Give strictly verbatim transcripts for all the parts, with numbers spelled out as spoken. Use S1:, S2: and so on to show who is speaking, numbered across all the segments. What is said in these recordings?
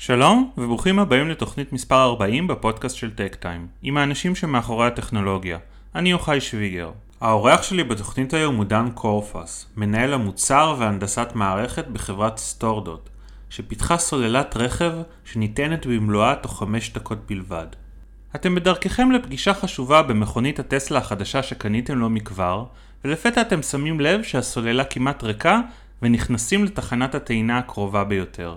S1: שלום וברוכים הבאים לתוכנית מספר ארבעים בפודקאסט של טק טיים, עם האנשים שמאחורי הטכנולוגיה. אני יוחאי שוויגר. האורח שלי בתוכנית היום הוא דן קורפס, מנהל המוצר והנדסת מערכת בחברת סטורדות, שפיתחה סוללת רכב שניתנת במלואה תוך חמש דקות בלבד. אתם בדרככם לפגישה חשובה במכונית הטסלה החדשה שקניתם לא מכבר, ולפתע אתם שמים לב שהסוללה כמעט ריקה ונכנסים לתחנת הטעינה הקרובה ביותר.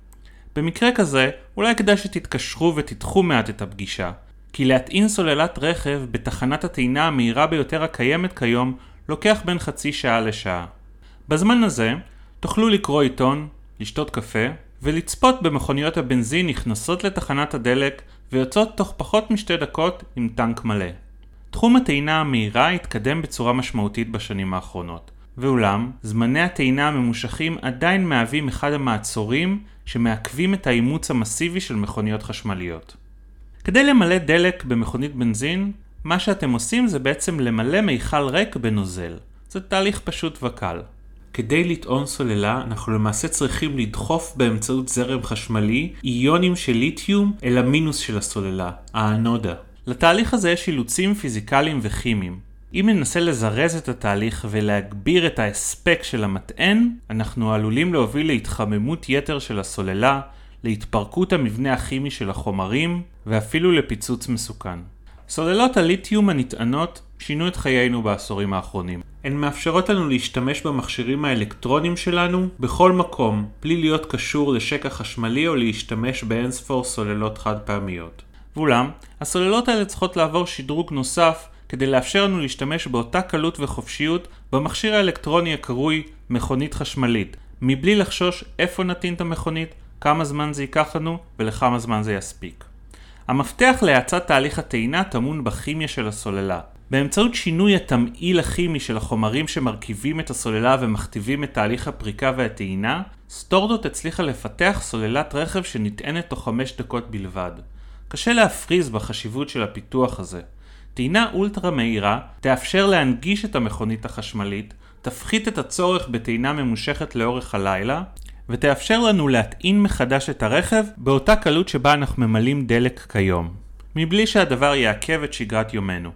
S1: במקרה כזה, אולי כדאי שתתקשרו ותדחו מעט את הפגישה, כי להטעין סוללת רכב בתחנת הטעינה המהירה ביותר הקיימת כיום לוקח בין חצי שעה לשעה. בזמן הזה, תוכלו לקרוא עיתון, לשתות קפה, ולצפות במכוניות הבנזין נכנסות לתחנת הדלק ויוצאות תוך פחות משתי דקות עם טנק מלא. תחום הטעינה המהירה התקדם בצורה משמעותית בשנים האחרונות, ואולם, זמני הטעינה הממושכים עדיין מהווים אחד המעצורים שמעכבים את האימוץ המסיבי של מכוניות חשמליות. כדי למלא דלק במכונית בנזין, מה שאתם עושים זה בעצם למלא מיכל ריק בנוזל. זה תהליך פשוט וקל. כדי לטעון סוללה, אנחנו למעשה צריכים לדחוף באמצעות זרם חשמלי איונים של ליתיום אל המינוס של הסוללה, האנודה. לתהליך הזה יש אילוצים פיזיקליים וכימיים. אם ננסה לזרז את התהליך ולהגביר את ההספק של המטען, אנחנו עלולים להוביל להתחממות יתר של הסוללה, להתפרקות המבנה הכימי של החומרים, ואפילו לפיצוץ מסוכן. סוללות הליתיום הנטענות שינו את חיינו בעשורים האחרונים. הן מאפשרות לנו להשתמש במכשירים האלקטרונים שלנו בכל מקום, בלי להיות קשור לשקע חשמלי או להשתמש באינספור סוללות חד פעמיות. ואולם, הסוללות האלה צריכות לעבור שדרוג נוסף כדי לאפשר לנו להשתמש באותה קלות וחופשיות במכשיר האלקטרוני הקרוי מכונית חשמלית, מבלי לחשוש איפה נטעין את המכונית, כמה זמן זה ייקח לנו ולכמה זמן זה יספיק. המפתח להאצת תהליך הטעינה טמון בכימיה של הסוללה. באמצעות שינוי התמהיל הכימי של החומרים שמרכיבים את הסוללה ומכתיבים את תהליך הפריקה והטעינה, סטורדות הצליחה לפתח סוללת רכב שנטענת תוך חמש דקות בלבד. קשה להפריז בחשיבות של הפיתוח הזה. טעינה אולטרה מהירה תאפשר להנגיש את המכונית החשמלית, תפחית את הצורך בטעינה ממושכת לאורך הלילה, ותאפשר לנו להטעין מחדש את הרכב באותה קלות שבה אנחנו ממלאים דלק כיום, מבלי שהדבר יעכב את שגרת יומנו.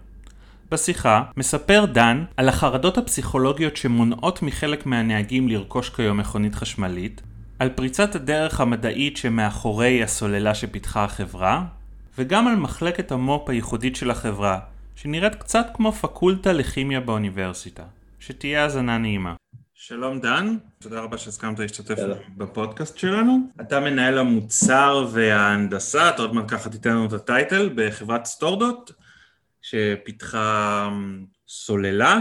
S1: בשיחה מספר דן על החרדות הפסיכולוגיות שמונעות מחלק מהנהגים לרכוש כיום מכונית חשמלית, על פריצת הדרך המדעית שמאחורי הסוללה שפיתחה החברה, וגם על מחלקת המו"פ הייחודית של החברה, שנראית קצת כמו פקולטה לכימיה באוניברסיטה. שתהיה האזנה נעימה. שלום דן, תודה רבה שהסכמת להשתתף בפודקאסט שלנו. אתה מנהל המוצר וההנדסה, אתה עוד מעט ככה תיתן לנו את הטייטל, בחברת סטורדות, שפיתחה סוללה,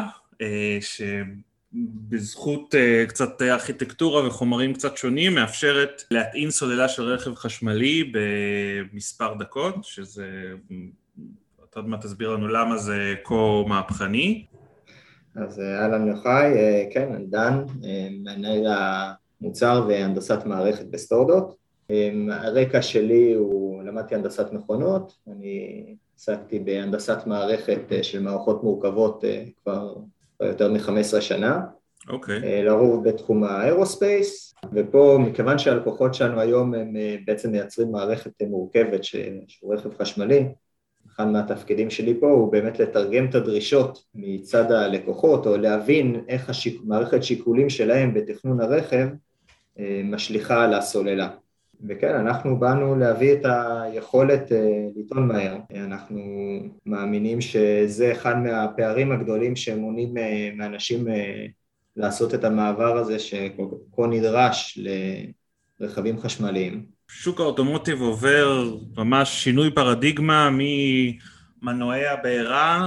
S1: שבזכות קצת ארכיטקטורה וחומרים קצת שונים, מאפשרת להטעין סוללה של רכב חשמלי במספר דקות, שזה, אתה עוד מעט תסביר לנו למה זה כה מהפכני.
S2: אז אהלן יוחאי, כן, אני דן, מנהל המוצר והנדסת מערכת בסטורדות. הרקע שלי הוא, למדתי הנדסת מכונות, אני עסקתי בהנדסת מערכת של מערכות מורכבות כבר יותר מ-חמש עשרה שנה. אוקיי. לרוב בתחום האירוספייס, ופה מכיוון שהלקוחות שלנו היום הם בעצם מייצרים מערכת מורכבת שהוא רכב חשמלי, אחד מהתפקידים שלי פה הוא באמת לתרגם את הדרישות מצד הלקוחות, או להבין איך השיק... מערכת שיקולים שלהם בתכנון הרכב משליחה על הסוללה. וכן, אנחנו באנו להביא את היכולת לטעון מהר. אנחנו מאמינים שזה אחד מהפערים הגדולים שמונעים מאנשים לעשות את המעבר הזה שכה נדרש לרכבים חשמליים.
S1: שוק האוטומוטיב עובר ממש שינוי פרדיגמה ממנועי הבעירה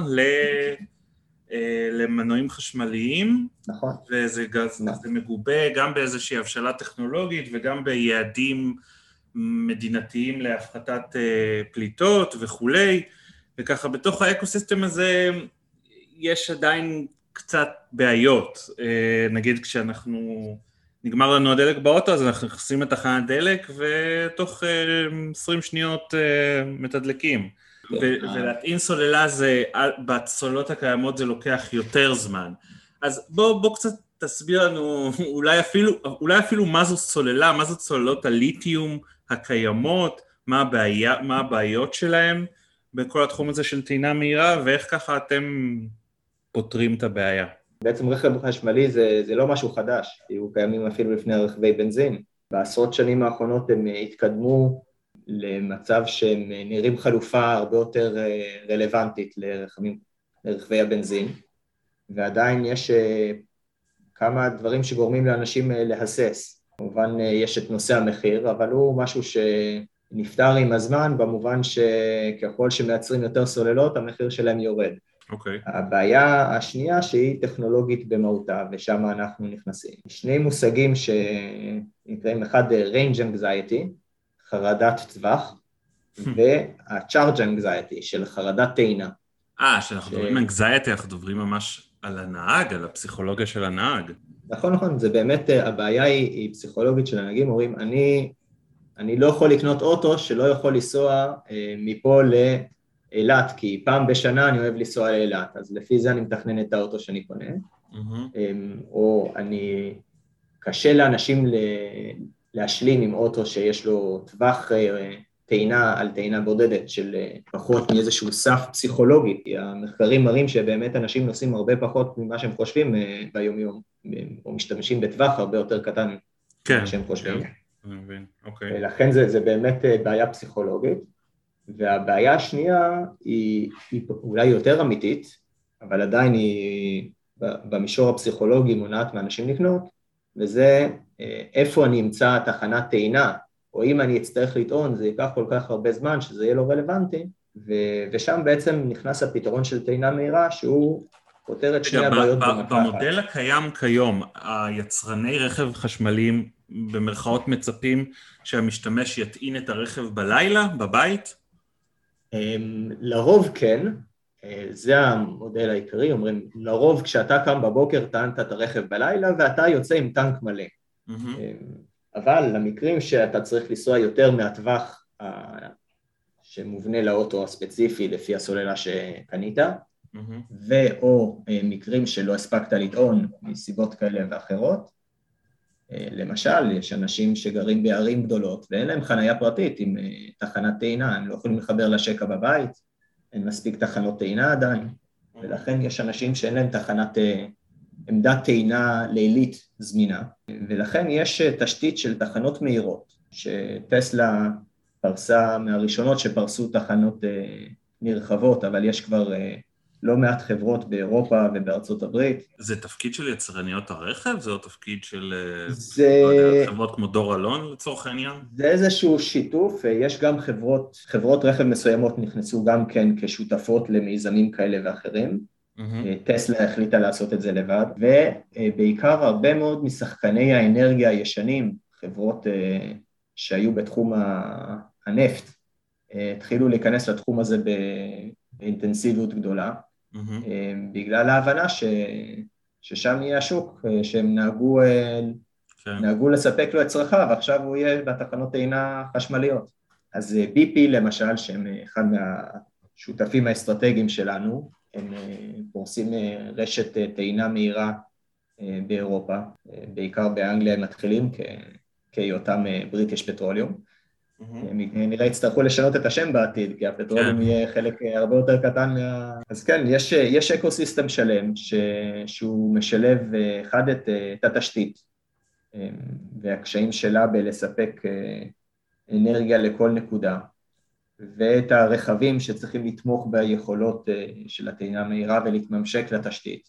S1: למנועים חשמליים.
S2: נכון.
S1: וזה זה מגובה גם באיזושהי הבשלה טכנולוגית וגם ביעדים מדינתיים להפחתת פליטות וכולי. וככה בתוך האקוסיסטם הזה יש עדיין קצת בעיות. נגיד כשאנחנו... נגמר לנו הדלק באוטו, אז אנחנו נכנסים לתחנת דלק, ותוך עשרים שניות מתדלקים. ולהטעין סוללה זה, בסוללות הקיימות זה לוקח יותר זמן. אז בוא, בוא קצת תסביר לנו, אולי אפילו, אולי אפילו מה זו סוללה, מה זאת סוללות הליתיום, הקיימות, מה הבעיה, מה הבעיות שלהם בכל התחום הזה של טעינה מהירה, ואיך ככה אתם פותרים את הבעיה.
S2: בעצם רכב חשמלי זה, זה לא משהו חדש, היו קיימים אפילו לפני רכבי בנזין. בעשרות שנים האחרונות הם התקדמו למצב שהם נראים חלופה הרבה יותר רלוונטית לרכבים, לרכבי הבנזין, ועדיין יש כמה דברים שגורמים לאנשים להסס. כמובן יש את נושא המחיר, אבל הוא משהו שנפתר עם הזמן, במובן שככל שמייצרים יותר סוללות, המחיר שלהם יורד.
S1: אוקיי.
S2: הבעיה השנייה שהיא טכנולוגית במהותה, ושם אנחנו נכנסים. שני מושגים שנקראים אחד range anxiety, חרדת טווח, וה-charge anxiety של חרדת טעינה.
S1: אה, שאנחנו מדברים anxiety, אנחנו מדברים ממש על הנהג, על הפסיכולוגיה של הנהג.
S2: נכון, נכון, זה באמת, הבעיה היא, היא פסיכולוגית של הנהגים, אומרים, אני, אני לא יכול לקנות אוטו שלא יכול לנסוע אה, מפה לאילת, כי פעם בשנה אני אוהב לנסוע לאילת, אז לפי זה אני מתכנן את האוטו שאני קונה, mm-hmm. אה, או אני, קשה לאנשים ל, להשלים עם אוטו שיש לו טווח אה, טעינה על טעינה בודדת של פחות מאיזשהו סף פסיכולוגי, כי המחקרים מראים שבאמת אנשים נוסעים הרבה פחות ממה שהם חושבים ביום יום, או משתמשים בטווח הרבה יותר קטן
S1: כן,
S2: ממה שהם חושבים.
S1: כן, אני מבין, אוקיי.
S2: ולכן זה, זה באמת בעיה פסיכולוגית, והבעיה השנייה היא, היא אולי יותר אמיתית, אבל עדיין היא במישור הפסיכולוגי מונעת מאנשים לקנות, וזה איפה אני אמצא תחנת טעינה, או אם אני אצטרך לטעון, זה ייקח כל כך הרבה זמן שזה יהיה לא רלוונטי, ו- ושם בעצם נכנס הפתרון של טעינה מהירה, שהוא פותר את שני הבעיות במכה אחת.
S1: במודל הקיים כיום, היצרני רכב חשמליים במרכאות מצפים שהמשתמש יטעין את הרכב בלילה, בבית?
S2: לרוב כן, זה המודל העיקרי, אומרים, לרוב כשאתה קם בבוקר טענת את הרכב בלילה, ואתה יוצא עם טנק מלא. אבל למקרים שאתה צריך לנסוע יותר מהטווח שמובנה לאוטו הספציפי לפי הסוללה שקנית, mm-hmm. ואו מקרים שלא הספקת לטעון מסיבות כאלה ואחרות, למשל, יש אנשים שגרים בערים גדולות ואין להם חנייה פרטית עם תחנת טעינה, הם לא יכולים לחבר לשקע בבית, אין מספיק תחנות טעינה עדיין, mm-hmm. ולכן יש אנשים שאין להם תחנת עמדת טעינה לילית זמינה, ולכן יש תשתית של תחנות מהירות, שטסלה פרסה מהראשונות שפרסו תחנות נרחבות, אבל יש כבר לא מעט חברות באירופה ובארצות הברית.
S1: זה תפקיד של יצרניות הרכב? זה או תפקיד של
S2: זה...
S1: לא יודע, חברות כמו דור אלון לצורך העניין?
S2: זה איזשהו שיתוף, יש גם חברות, חברות רכב מסוימות נכנסו גם כן כשותפות למיזמים כאלה ואחרים, טסלה החליטה לעשות את זה לבד, ובעיקר הרבה מאוד משחקני האנרגיה הישנים, חברות שהיו בתחום הנפט, התחילו להיכנס לתחום הזה באינטנסיביות גדולה, בגלל ההבנה ש... ששם יהיה השוק, שהם נהגו, נהגו לספק לו את צרכיו, ועכשיו הוא יהיה בתחנות טעינה חשמליות. אז בי פי למשל, שהם אחד מהשותפים האסטרטגיים שלנו, הם פורסים רשת טעינה מהירה באירופה, בעיקר באנגליה הם מתחילים כהיותם בריטיש פטרוליום. נראה יצטרכו לשנות את השם בעתיד, כי הפטרוליום יהיה חלק הרבה יותר קטן מה... אז כן, יש, יש אקוסיסטם שלם שהוא משלב אחד את, את התשתית, והקשיים שלה בלספק אנרגיה לכל נקודה. ואת הרכבים שצריכים לתמוך ביכולות של הטעינה מהירה ולהתממשק לתשתית.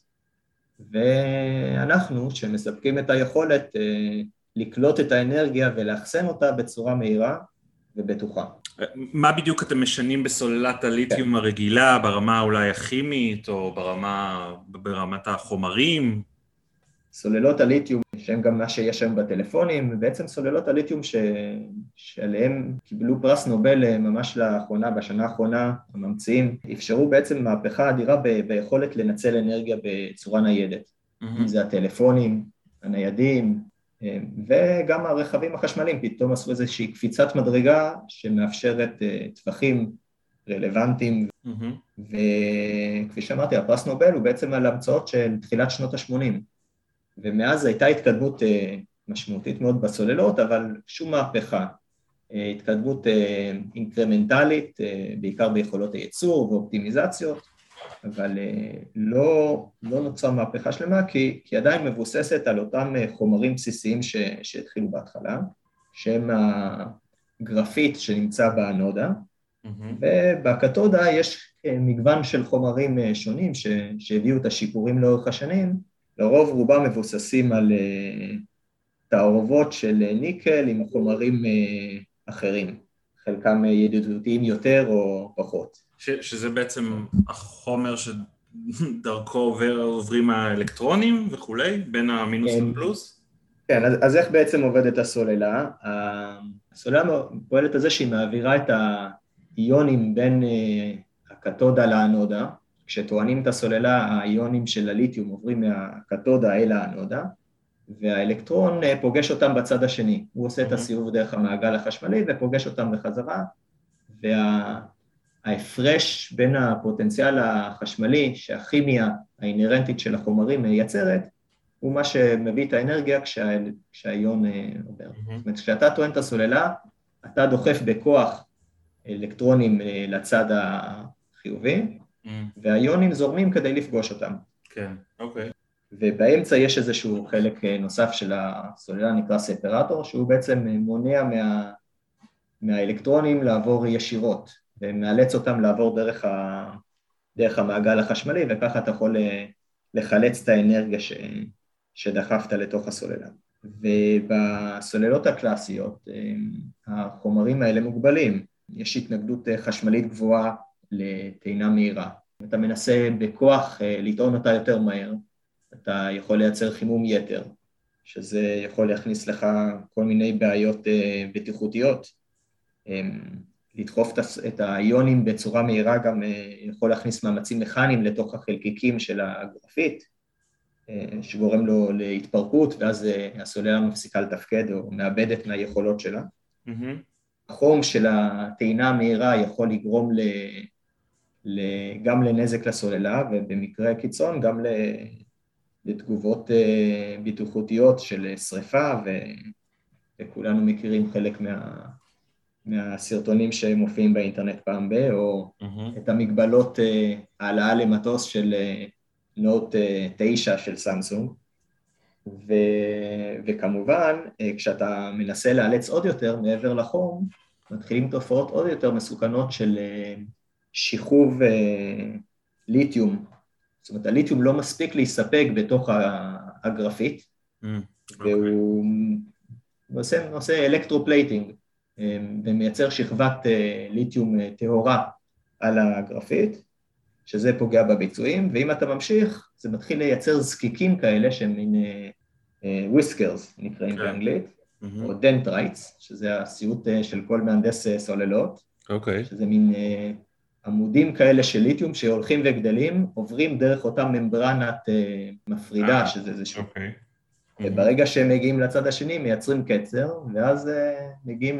S2: ואנחנו שמספקים את היכולת לקלוט את האנרגיה ולאחסן אותה בצורה מהירה ובטוחה.
S1: מה בדיוק אתם משנים בסוללת הליתיום הרגילה, ברמה אולי הכימית או ברמה, ברמת החומרים?
S2: סוללות הליתיום, שהן גם מה שיש היום בטלפונים, בעצם סוללות הליתיום ש... שעליהם קיבלו פרס נובל ממש לאחרונה, בשנה האחרונה, הממציאים, אפשרו בעצם מהפכה אדירה ב... ביכולת לנצל אנרגיה בצורה ניידת. Mm-hmm. אם זה הטלפונים, הניידים, וגם הרכבים החשמליים, פתאום עשו איזושהי קפיצת מדרגה שמאפשרת טווחים רלוונטיים, mm-hmm. וכפי שאמרתי, הפרס נובל הוא בעצם על המצאות של תחילת שנות ה-שמונים. ומאז הייתה התקדמות משמעותית מאוד בסוללות, אבל שום מהפכה. התקדמות אינקרמנטלית, בעיקר ביכולות הייצור ואופטימיזציות, אבל לא, לא נוצרה מהפכה שלמה, כי, כי עדיין מבוססת על אותם חומרים בסיסיים ש, שהתחילו בהתחלה, שהם הגרפית שנמצא באנודה, mm-hmm. ובקתודה יש מגוון של חומרים שונים ש, שהביאו את השיפורים לאורך השנים, לרוב רובם מבוססים על תערובות של ניקל עם חומרים אחרים, חלקם ידידותיים יותר או פחות.
S1: ש, שזה בעצם החומר שדרכו עובר, עוברים האלקטרונים וכולי, בין המינוס לפלוס?
S2: כן, אז, אז איך בעצם עובדת הסוללה? הסוללה פועלת על זה שהיא מעבירה את האיונים בין הקתודה לאנודה, כשטוענים את הסוללה, האיונים של הליתיום עוברים מהקתודה אל האנודה, והאלקטרון פוגש אותם בצד השני, הוא עושה את הסיבוב דרך המעגל החשמלי ופוגש אותם בחזרה, וההפרש בין הפוטנציאל החשמלי שהכימיה האינרנטית של החומרים מייצרת, הוא מה שמביא את האנרגיה כשה, כשהאיון עובר. זאת אומרת, כשאתה טוען את הסוללה, אתה דוחף בכוח אלקטרונים לצד החיובי, והאיונים זורמים כדי לפגוש אותם.
S1: כן, אוקיי.
S2: ובאמצע יש איזשהו חלק נוסף של הסוללה, נקרא ספרטור, שהוא בעצם מונע מה, מהאלקטרונים לעבור ישירות, ומאלץ אותם לעבור דרך, ה, דרך המעגל החשמלי, וככה אתה יכול לחלץ את האנרגיה ש, שדחפת לתוך הסוללה. ובסוללות הקלאסיות, החומרים האלה מוגבלים, יש התנגדות חשמלית גבוהה לטעינה מהירה. אתה מנסה בכוח לטעון אותה יותר מהר, אתה יכול לייצר חימום יתר, שזה יכול להכניס לך כל מיני בעיות בטיחותיות. לדחוף את האיונים בצורה מהירה גם יכול להכניס מאמצים מכניים לתוך החלקיקים של הגרפית, שגורם לו להתפרקות, ואז הסוללה מפסיקה לתפקד או מאבדת מהיכולות שלה. Mm-hmm. החום של הטעינה המהירה יכול לגרום ל... גם לנזק לסוללה, ובמקרה קיצון גם לתגובות בטיחותיות של שריפה, וכולנו מכירים חלק מה, מהסרטונים שמופיעים באינטרנט פעם ב, או mm-hmm. את המגבלות העלאה למטוס של נוט תשע של סמסונג, ו, וכמובן כשאתה מנסה לאלץ עוד יותר מעבר לחום, מתחילים תופעות עוד יותר מסוכנות של שיחוב ליתיום. זאת אומרת, הליתיום לא מספיק להיספק בתוך הגרפית, mm, והוא okay. עושה, עושה אלקטרופלייטינג, ומייצר שכבת ליתיום טהורה על הגרפית, שזה פוגע בביצועים, ואם אתה ממשיך, זה מתחיל לייצר זקיקים כאלה, שהם מין וויסקרס, נקראים okay. באנגלית, mm-hmm. או דנטרייטס, שזה הסיוט של כל מהנדס סוללות, okay. שזה מין עמודים כאלה של ליתיום שהולכים וגדלים, עוברים דרך אותה ממברנת מפרידה, ah, שזה איזשהו. Okay. וברגע שהם מגיעים לצד השני, מייצרים קצר, ואז מגיעים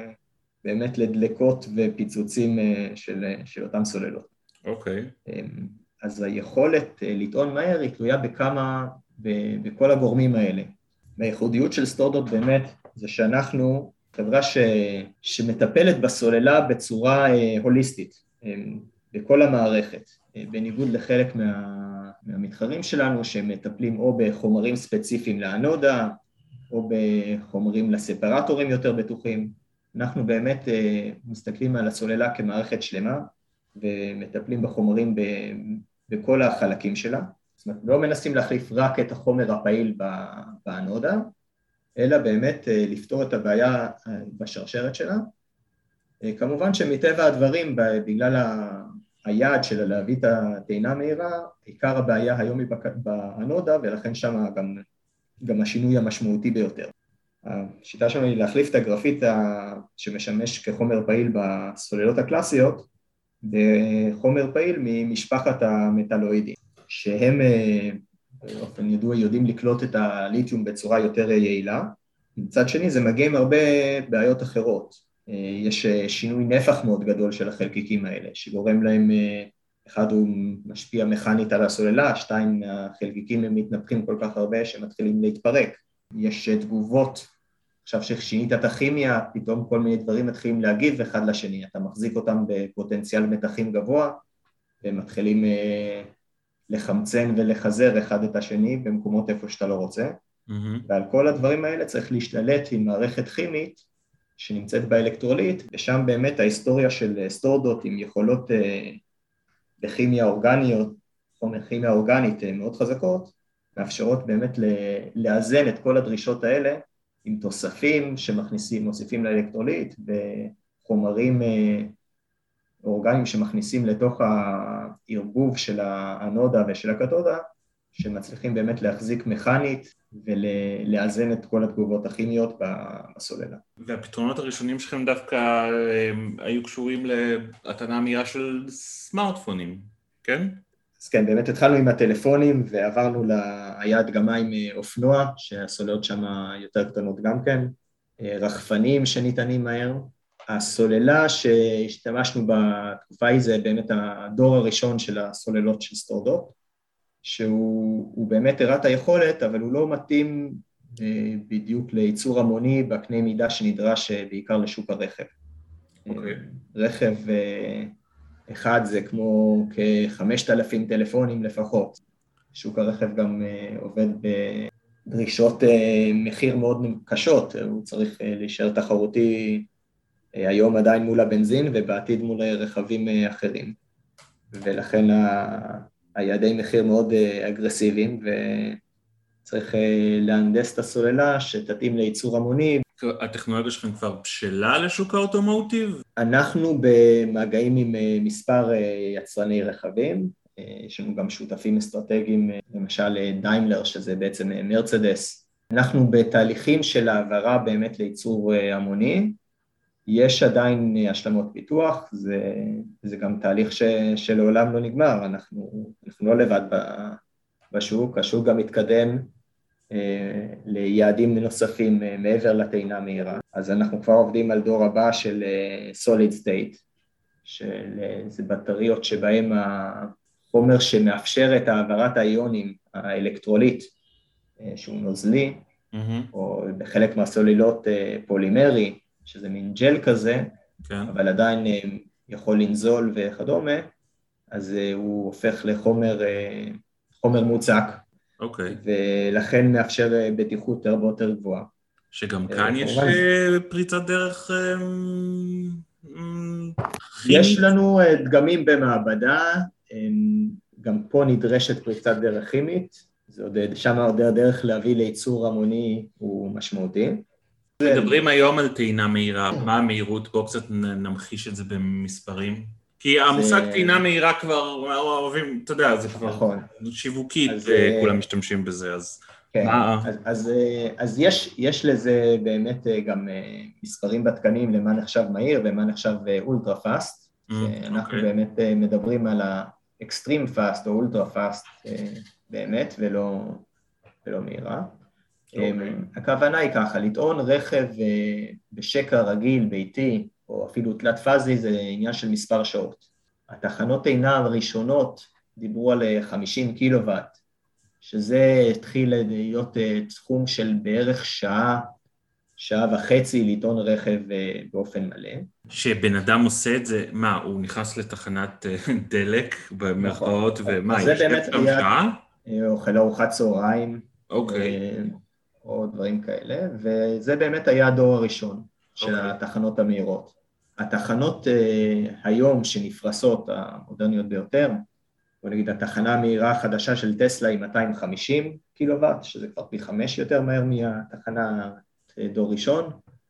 S2: באמת לדלקות ופיצוצים של, של אותם סוללות.
S1: אוקיי. Okay.
S2: אז היכולת לטעון מהר היא תלויה בכמה, בכל הגורמים האלה. והייחודיות של סטורדות באמת זה שאנחנו חברה ש, שמטפלת בסוללה בצורה הוליסטית, בכל המערכת, בניגוד לחלק מה, מהמתחרים שלנו שמטפלים או בחומרים ספציפיים לאנודה, או בחומרים לספרטורים יותר בטוחים. אנחנו באמת מסתכלים על הסוללה כמערכת שלמה, ומטפלים בחומרים ב, בכל החלקים שלה. זאת אומרת, לא מנסים להחליף רק את החומר הפעיל באנודה, אלא באמת לפתור את הבעיה בשרשרת שלה. כמובן שמטבע הדברים, בגלל היעד שלה להביא את הטעינה מהירה, עיקר הבעיה היום היא באנודה, ולכן שם גם, גם השינוי המשמעותי ביותר. השיטה שלנו היא להחליף את הגרפית שמשמש כחומר פעיל בסוללות הקלאסיות, בחומר פעיל ממשפחת המטלואידים, שהם באופן ידוע יודעים לקלוט את הליתיום בצורה יותר יעילה. מצד שני זה מגיע עם הרבה בעיות אחרות. יש שינוי נפח מאוד גדול של החלקיקים האלה, שגורם להם, אחד הוא משפיע מכנית על הסוללה, שתיים החלקיקים הם מתנפחים כל כך הרבה שמתחילים להתפרק. יש תגובות עכשיו ששינית את הכימיה, פתאום כל מיני דברים מתחילים להגיב אחד לשני, אתה מחזיק אותם בפוטנציאל מתחים גבוה, והם מתחילים אה, לחמצן ולחזר אחד את השני במקומות איפה שאתה לא רוצה, mm-hmm. ועל כל הדברים האלה צריך להשתלט עם מערכת כימית שנמצאת באלקטרוליט, ושם באמת ההיסטוריה של סטורדות עם יכולות אה, בכימיה אורגניות, חומר כימיה אורגנית אה, מאוד חזקות, מאפשרות באמת לאזן את כל הדרישות האלה, עם תוספים שמכניסים, מוסיפים לאלקטרוליט, וחומרים אורגניים שמכניסים לתוך הערבוב של האנודה ושל הקתודה, שמצליחים באמת להחזיק מכנית ולאזן את כל התגובות הכימיות בסוללה.
S1: והפתרונות הראשונים שלכם דווקא היו קשורים להטענה מהירה של סמארטפונים, כן?
S2: אז כן, באמת התחלנו עם הטלפונים ועברנו, היה הדגמה עם אופנוע, שהסוללות שם יותר קטנות גם כן, רחפנים שניתנים מהר. הסוללה שהשתמשנו בתקופה היא זה באמת הדור הראשון של הסוללות של סטורדות, שהוא באמת הראה את היכולת, אבל הוא לא מתאים בדיוק לייצור המוני בקנה מידה שנדרש בעיקר לשוק הרכב. Okay. רכב אחד זה כמו כ-חמשת אלפים טלפונים לפחות. שוק הרכב גם עובד בדרישות מחיר מאוד קשות, הוא צריך להישאר תחרותי היום עדיין מול הבנזין ובעתיד מול רכבים אחרים. ולכן היעדי מחיר מאוד אגרסיביים וצריך להנדס את הסוללה שתתאים לייצור המוני.
S1: הטכנולוגיה שלכם כבר בשלה לשוק האוטומוטיב?
S2: אנחנו במגעים עם מספר יצרני רכבים, יש לנו גם שותפים אסטרטגיים, למשל דיימלר, שזה בעצם מרצדס. אנחנו בתהליכים של העברה באמת לייצור המוני, יש עדיין השלמות פיתוח, זה, זה גם תהליך ש, שלעולם לא נגמר, אנחנו, אנחנו לא לבד בשוק, השוק גם מתקדם, ליעדים נוספים מעבר לטעינה מהירה. אז אנחנו כבר עובדים על דור הבא של solid state, שזה בטריות שבהם החומר שמאפשר את העברת האיונים, האלקטרוליט, שהוא נוזלי, mm-hmm. או בחלק מהסוללות פולימרי, שזה מין ג'ל כזה, כן. אבל עדיין יכול לנזול וכדומה, אז הוא הופך לחומר חומר מוצק.
S1: אוקיי.
S2: ולכן מאפשר בטיחות הרבה יותר גבוהה.
S1: שגם כאן יש פריצת דרך
S2: כימית? יש לנו דגמים במעבדה, גם פה נדרשת פריצת דרך כימית, שם עוד הדרך להביא לייצור המוני הוא משמעותי.
S1: מדברים היום על טעינה מהירה, מה המהירות? בואו קצת נמחיש את זה במספרים. כי המושג טעינה מהירה כבר אוהבים, אתה יודע, זה כבר נכון. שיווקית, וכולם משתמשים בזה, אז
S2: כן. מה? אז, אז, אז יש, יש לזה באמת גם מספרים בתקנים למה נחשב מהיר ומה נחשב אולטרה פאסט, mm, שאנחנו okay. באמת מדברים על האקסטרים פאסט או אולטרה פאסט באמת, ולא, ולא מהירה. Okay. הכוונה היא ככה, לטעון רכב בשקע רגיל, ביתי, או אפילו תלת פאזי, זה עניין של מספר שעות. התחנות טעינה הראשונות דיברו על חמישים קילוואט, שזה התחיל להיות תחום של בערך שעה, שעה וחצי לטעון רכב באופן מלא.
S1: שבן אדם עושה את זה, מה, הוא נכנס לתחנת דלק במרכאות, נכון. ומה, יש גם שעה?
S2: אוכל ארוחת צהריים,
S1: אוקיי.
S2: או דברים כאלה, וזה באמת היה הדור הראשון של אוקיי. התחנות המהירות. התחנות היום שנפרסות, המודרניות ביותר, בוא נגיד, התחנה המהירה החדשה של טסלה היא מאתיים וחמישים קילוואט, שזה כבר פי חמש יותר מהר מהתחנה דור ראשון.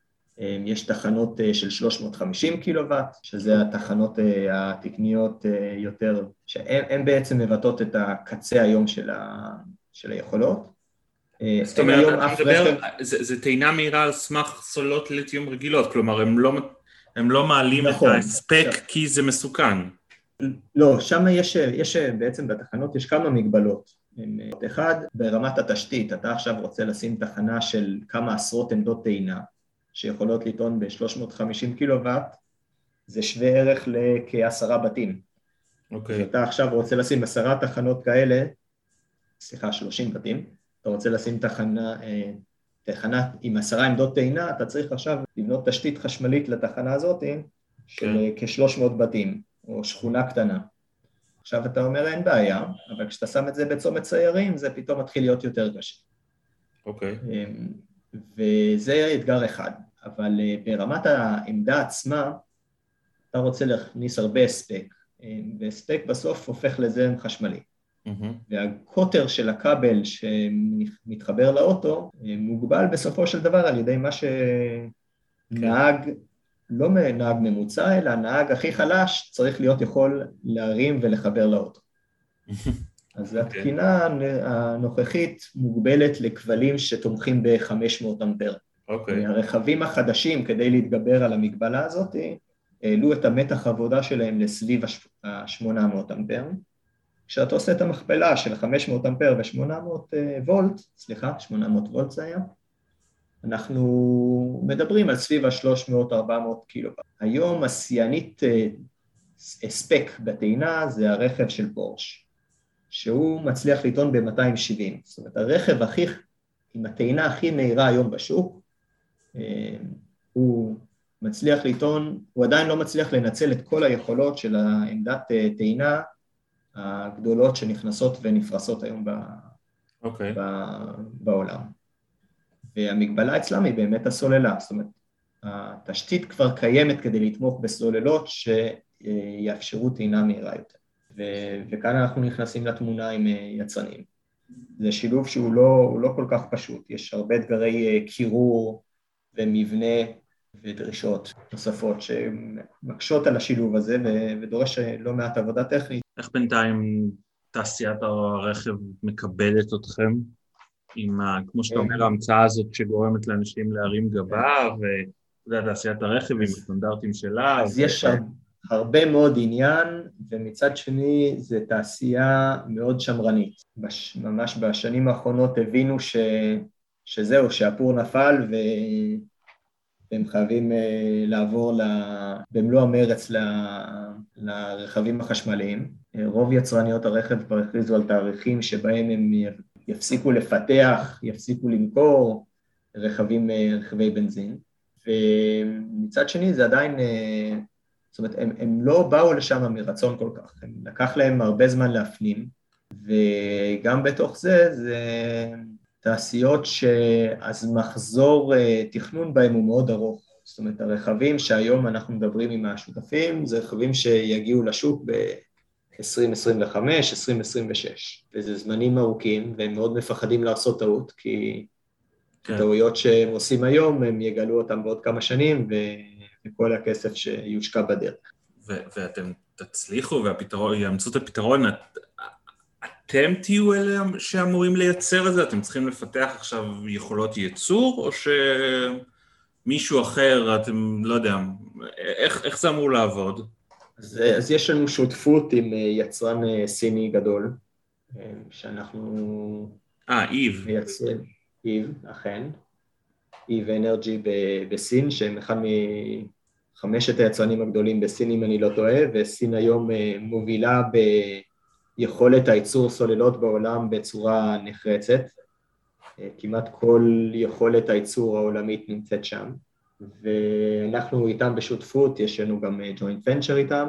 S2: יש תחנות של שלוש מאות וחמישים קילוואט, שזה התחנות התקניות יותר, שהן בעצם מבטאות את הקצה היום של, ה, של היכולות.
S1: זאת אומרת, אתה מדבר, זה, זה טעינה מהירה על סמך סוללות ליתיום רגילות, כלומר, הם לא, הם לא מעלים נכון, את ההספק ש... כי זה מסוכן.
S2: לא, שם יש, יש בעצם בתחנות יש כמה מגבלות. אחד, ברמת התשתית, אתה עכשיו רוצה לשים תחנה של כמה עשרות עמדות טעינה, שיכולות לטעון ב-שלוש מאות וחמישים קילוואט, זה שווה ערך לכעשרה בתים.
S1: אוקיי.
S2: אתה עכשיו רוצה לשים עשרה תחנות כאלה, סליחה, שלושים בתים, אתה רוצה לשים תחנה, תחנה עם עשרה עמדות טעינה, אתה צריך עכשיו לבנות תשתית חשמלית לתחנה הזאת של כ-שלוש מאות בתים, או שכונה קטנה. עכשיו אתה אומר אין בעיה, אבל כשאתה שם את זה בצומת ציירים, זה פתאום מתחיל להיות יותר קשה.
S1: אוקיי.
S2: וזה אתגר אחד, אבל ברמת העמדה עצמה, אתה רוצה להכניס הרבה הספק, והספק בסוף הופך לזרם חשמלי. Mm-hmm. והקוטר של הכבל שמתחבר לאוטו מוגבל בסופו של דבר על ידי מה שנהג, okay. לא נהג ממוצע, אלא הנהג הכי חלש צריך להיות יכול להרים ולחבר לאוטו. אז okay. התקינה הנוכחית מוגבלת לכבלים שתומכים ב-חמש מאות אמפר. Okay. הרכבים החדשים כדי להתגבר על המגבלה הזאת, העלו את המתח העבודה שלהם לסביב ה-שמונה מאות אמפר. כשאתה עושה את המכפלה של חמש מאות אמפר ו-שמונה מאות וולט, סליחה, שמונה מאות וולט זה היה, אנחנו מדברים על סביב ה-שלוש מאות עד ארבע מאות קילוואט. היום השיאנית הספק בטעינה זה הרכב של פורש, שהוא מצליח לטעון ב-מאתיים שבעים. זאת אומרת, הרכב הכי, עם הטעינה הכי מהירה היום בשוק, הוא מצליח לטעון, הוא עדיין לא מצליח לנצל את כל היכולות של העמדת טעינה, הגדולות שנכנסות ונפרסות היום ב... okay. ב... בעולם. והמגבלה אצלם היא באמת הסוללה, זאת אומרת, התשתית כבר קיימת כדי לתמוך בסוללות שיאפשרו טעינה מהירה יותר. ו... וכאן אנחנו נכנסים לתמונה עם יצרנים. זה שילוב שהוא לא, לא כל כך פשוט, יש הרבה אתגרי קירור ומבנה ודרישות נוספות שמקשות על השילוב הזה ודורש לא מעט עבודה טכנית.
S1: איך בינתיים תעשיית הרכב מקבלת אתכם, עם, כמו שאתה אומר, ההמצאה הזאת שגורמת לאנשים להרים גבה, ותעשיית הרכב עם הסטנדרטים שלה?
S2: אז יש הרבה מאוד עניין, ומצד שני זה תעשייה מאוד שמרנית. ממש בשנים האחרונות הבינו ש... שזהו, שהפור נפל, ו... והם חייבים לעבור במלוא המרץ לרכבים החשמליים. רוב יצרניות הרכב כבר הכריזו על תאריכים שבהם הם יפסיקו לפתח, יפסיקו למכור רכבים, רכבי בנזין. ומצד שני זה עדיין, זאת אומרת, הם, הם לא באו לשם מרצון כל כך, הם לקח להם הרבה זמן להפנים, וגם בתוך זה, זה תעשיות שאז מחזור תכנון בהם הוא מאוד ארוך. זאת אומרת, הרכבים שהיום אנחנו מדברים עם השותפים, זה רכבים שיגיעו לשוק ב-עשרים עשרים וחמש, עשרים עשרים ושש, וזה זמנים ארוכים, והם מאוד מפחדים לעשות טעות, כי כן. טעויות שהם עושים היום, הם יגלו אותם בעוד כמה שנים, וכל הכסף שיושקע בדרך.
S1: ו- ואתם תצליחו, והפתרון, יאמצו את הפתרון, את... אתם תהיו אלה שאמורים לייצר את זה? אתם צריכים לפתח עכשיו יכולות ייצור, או שמישהו אחר, אתם לא יודע, איך, איך זה אמור לעבוד?
S2: אז, אז יש לנו שותפות עם יצרן סיני גדול, שאנחנו...
S1: אה, איב.
S2: מייצרים, איב, אכן. איב אנרג'י בסין, שהם אחד מחמשת היצרנים הגדולים בסין, אם אני לא טועה, וסין היום מובילה ב... יכולת הייצור סוללות בעולם בצורה נחרצת, כמעט כל יכולת הייצור העולמית נמצאת שם, ואנחנו איתם בשותפות, יש לנו גם ג'וינט ונצ'ר איתם,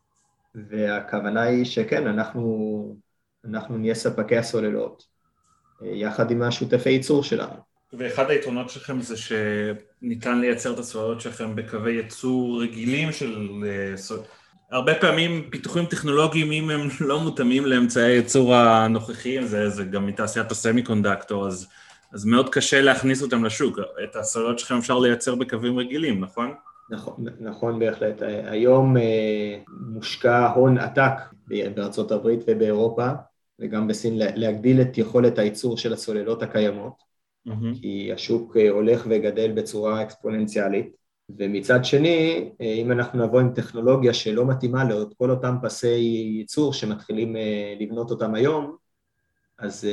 S2: והכוונה היא שכן, אנחנו, אנחנו נהיה ספקי הסוללות, יחד עם השותפי ייצור שלנו.
S1: ואחד היתרונות שלכם זה שניתן לייצר את הסוללות שלכם בקווי ייצור רגילים של סוללות, הרבה פעמים פיתוחים טכנולוגיים, אם הם לא מותאמים לאמצעי הייצור הנוכחיים, זה, זה גם מתעשיית הסמיקונדקטור, אז, אז מאוד קשה להכניס אותם לשוק. את הסוללות שלכם אפשר לייצר בקווים רגילים, נכון?
S2: נכון, נכון בהחלט. היום מושקע הון עתק בארצות הברית ובאירופה, וגם בסין, להגדיל את יכולת הייצור של הסוללות הקיימות, mm-hmm. כי השוק הולך וגדל בצורה אקספוננציאלית, ומצד שני, אם אנחנו נבוא עם טכנולוגיה שלא מתאימה לעוד כל אותם פסי ייצור שמתחילים לבנות אותם היום, אז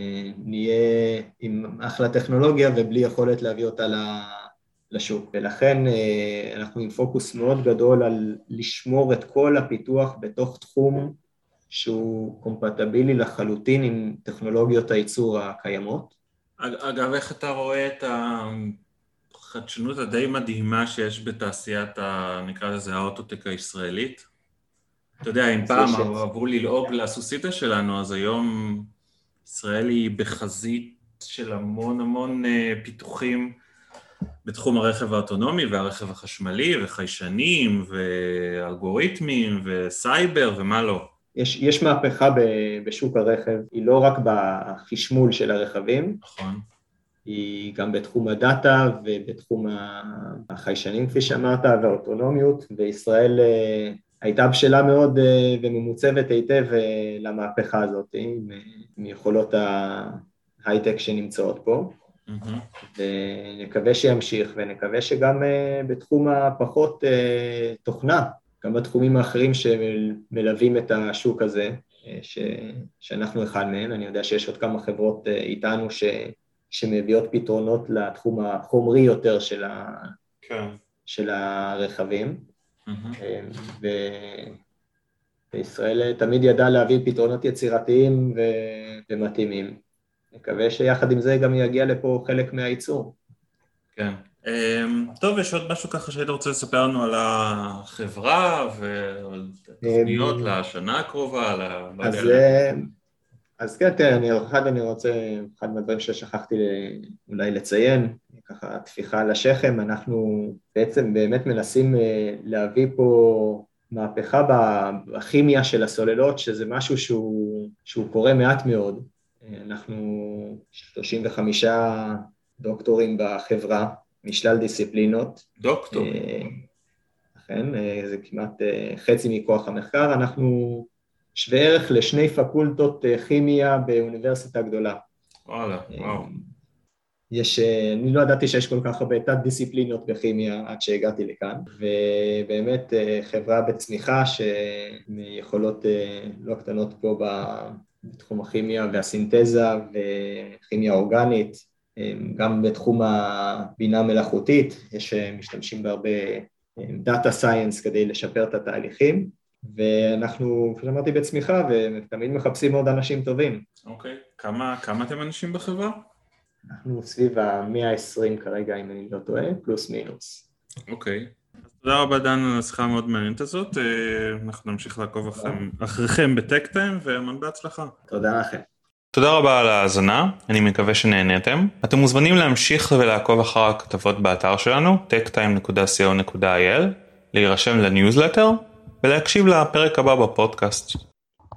S2: נהיה עם אחלה טכנולוגיה ובלי יכולת להביא אותה לשוק. ולכן אנחנו עם פוקוס מאוד גדול על לשמור את כל הפיתוח בתוך תחום שהוא קומפטבילי לחלוטין עם טכנולוגיות הייצור הקיימות,
S1: אגב, איך אתה רואה את החדשנות הדי מדהימה שיש בתעשיית, נקרא לזה, האוטוטק הישראלית? אתה יודע, אם פעם עברו ללעוג לסוסיתא שלנו, אז היום ישראל היא בחזית של המון המון פיתוחים בתחום הרכב האוטונומי והרכב החשמלי וחיישנים ואלגוריתמים וסייבר ומה לא.
S2: יש, יש מהפכה בשוק הרכב, היא לא רק בחשמול של הרכבים,
S1: נכון.
S2: היא גם בתחום הדאטה ובתחום החיישנים, כפי שאמרת, והאוטונומיות, וישראל הייתה בשלה מאוד וממוצבת היטב למהפכה הזאת, עם יכולות ההייטק שנמצאות פה, mm-hmm. ונקווה שימשיך, ונקווה שגם בתחום הפחות תוכנה, גם בתחומים האחרים שמלווים את השוק הזה, ש... שאנחנו אחד מהם, אני יודע שיש עוד כמה חברות איתנו ש... שמביאות פתרונות לתחום החומרי יותר של, ה... כן. של הרכבים, mm-hmm. ו... וישראל תמיד ידע להביא פתרונות יצירתיים ו... ומתאימים. נקווה שיחד עם זה גם יגיע לפה חלק מהייצור.
S1: כן. טוב, יש עוד משהו ככה שהיית רוצה לספר לנו על החברה ועל תוכניות לשנה הקרובה,
S2: אז, אז כן, תראה, אני אחד אני רוצה, אחד מהדברים ששכחתי אולי לציין, ככה תפיחה על השכם, אנחנו בעצם באמת מנסים להביא פה מהפכה בכימיה של הסוללות, שזה משהו שהוא, שהוא קורה מעט מאוד. אנחנו שלושים וחמישה דוקטורים בחברה, משלל דיסציפלינות.
S1: דוקטור.
S2: אכן, זה כמעט חצי מכוח המחקר. אנחנו שווה ערך לשני פקולטות כימיה באוניברסיטה גדולה.
S1: וואלה, וואו.
S2: יש, אני לא ידעתי שיש כל כך הרבה תת דיסציפלינות בכימיה עד שהגעתי לכאן, ובאמת חברה בצמיחה שיכולות לא קטנות פה בתחום הכימיה והסינתזה וכימיה אורגנית, גם בתחום הבינה מלאכותית, יש משתמשים בהרבה דאטה סייאנס כדי לשפר את התהליכים, ואנחנו, כפי שאמרתי, בצמיחה, ותמיד מחפשים עוד אנשים טובים.
S1: אוקיי, כמה, כמה אתם אנשים בחברה?
S2: אנחנו סביב ה-מאה ועשרים כרגע, אם אני לא טועה, פלוס מינוס.
S1: אוקיי. תודה רבה דן על השיחה המאוד מעניינת הזאת, אנחנו נמשיך לעקוב אחריכם בטק-טיים, והמון בהצלחה.
S2: תודה לכם.
S1: תודה רבה על ההאזנה, אני מקווה שנהנתם. אתם מוזמנים להמשיך ולעקוב אחר הכתבות באתר שלנו, טק טיים נקודה סי או נקודה איי אל, להירשם לניוזלטר ולהקשיב לפרק הבא בפודקאסט.